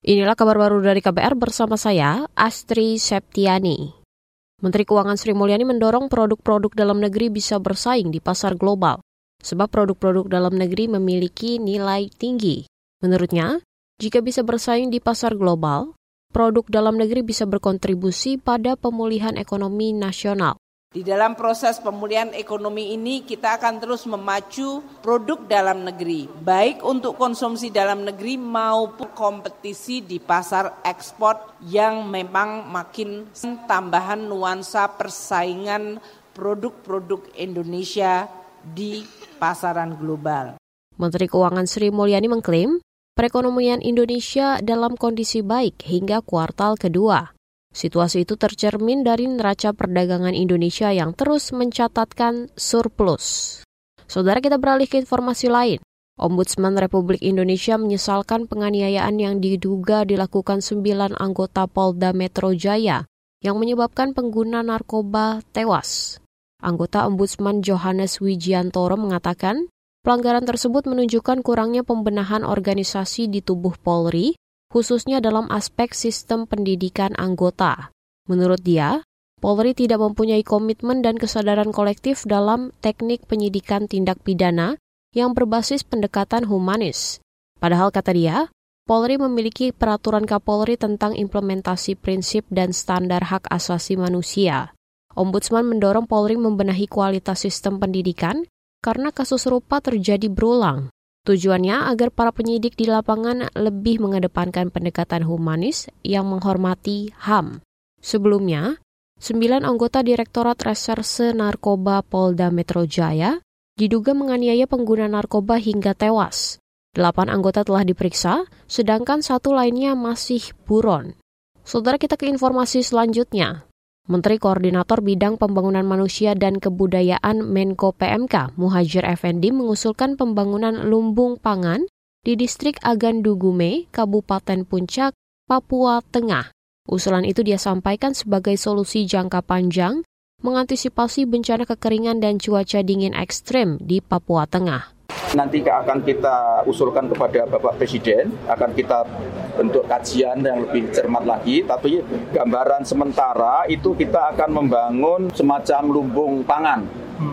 Inilah kabar baru dari KBR bersama saya, Astri Septiani. Menteri Keuangan Sri Mulyani mendorong produk-produk dalam negeri bisa bersaing di pasar global, sebab produk-produk dalam negeri memiliki nilai tinggi. Menurutnya, jika bisa bersaing di pasar global, produk dalam negeri bisa berkontribusi pada pemulihan ekonomi nasional. Di dalam proses pemulihan ekonomi ini kita akan terus memacu produk dalam negeri, baik untuk konsumsi dalam negeri maupun kompetisi di pasar ekspor yang memang makin tambahan nuansa persaingan produk-produk Indonesia di pasaran global. Menteri Keuangan Sri Mulyani mengklaim perekonomian Indonesia dalam kondisi baik hingga kuartal kedua. Situasi itu tercermin dari neraca perdagangan Indonesia yang terus mencatatkan surplus. Saudara, kita beralih ke informasi lain. Ombudsman Republik Indonesia menyesalkan penganiayaan yang diduga dilakukan 9 anggota Polda Metro Jaya yang menyebabkan pengguna narkoba tewas. Anggota Ombudsman Johannes Wijiantoro mengatakan, pelanggaran tersebut menunjukkan kurangnya pembenahan organisasi di tubuh Polri, khususnya dalam aspek sistem pendidikan anggota. Menurut dia, Polri tidak mempunyai komitmen dan kesadaran kolektif dalam teknik penyidikan tindak pidana yang berbasis pendekatan humanis. Padahal kata dia, Polri memiliki peraturan Kapolri tentang implementasi prinsip dan standar hak asasi manusia. Ombudsman mendorong Polri membenahi kualitas sistem pendidikan karena kasus serupa terjadi berulang. Tujuannya agar para penyidik di lapangan lebih mengedepankan pendekatan humanis yang menghormati HAM. Sebelumnya, 9 anggota Direktorat Reserse Narkoba Polda Metro Jaya diduga menganiaya pengguna narkoba hingga tewas. 8 anggota telah diperiksa, sedangkan 1 lainnya masih buron. Saudara, kita ke informasi selanjutnya. Menteri Koordinator Bidang Pembangunan Manusia dan Kebudayaan Menko PMK Muhadjir Effendi mengusulkan pembangunan lumbung pangan di distrik Agandugume, Kabupaten Puncak, Papua Tengah. Usulan itu dia sampaikan sebagai solusi jangka panjang mengantisipasi bencana kekeringan dan cuaca dingin ekstrem di Papua Tengah. Nanti akan kita usulkan kepada Bapak Presiden, akan kita bentuk kajian yang lebih cermat lagi, tapi gambaran sementara itu kita akan membangun semacam lumbung pangan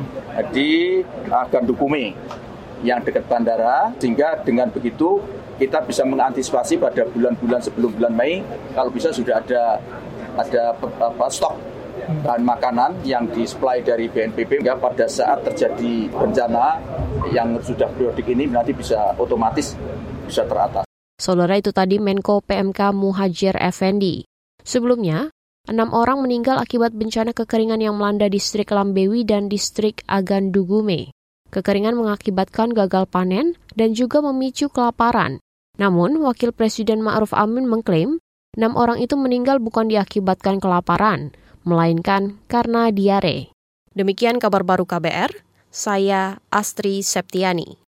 di Agandugume yang dekat bandara, sehingga dengan begitu kita bisa mengantisipasi pada bulan-bulan sebelum bulan Mei, kalau bisa sudah ada stok bahan makanan yang disuplai dari BNPB, hingga pada saat terjadi bencana yang sudah periodik ini nanti bisa otomatis bisa teratas. Saudara, itu tadi Menko PMK Muhadjir Effendi. Sebelumnya, 6 orang meninggal akibat bencana kekeringan yang melanda distrik Lambewi dan distrik Agandugume. Kekeringan mengakibatkan gagal panen dan juga memicu kelaparan. Namun, Wakil Presiden Ma'ruf Amin mengklaim 6 orang itu meninggal bukan diakibatkan kelaparan, melainkan karena diare. Demikian kabar baru KBR, saya Astri Septiani.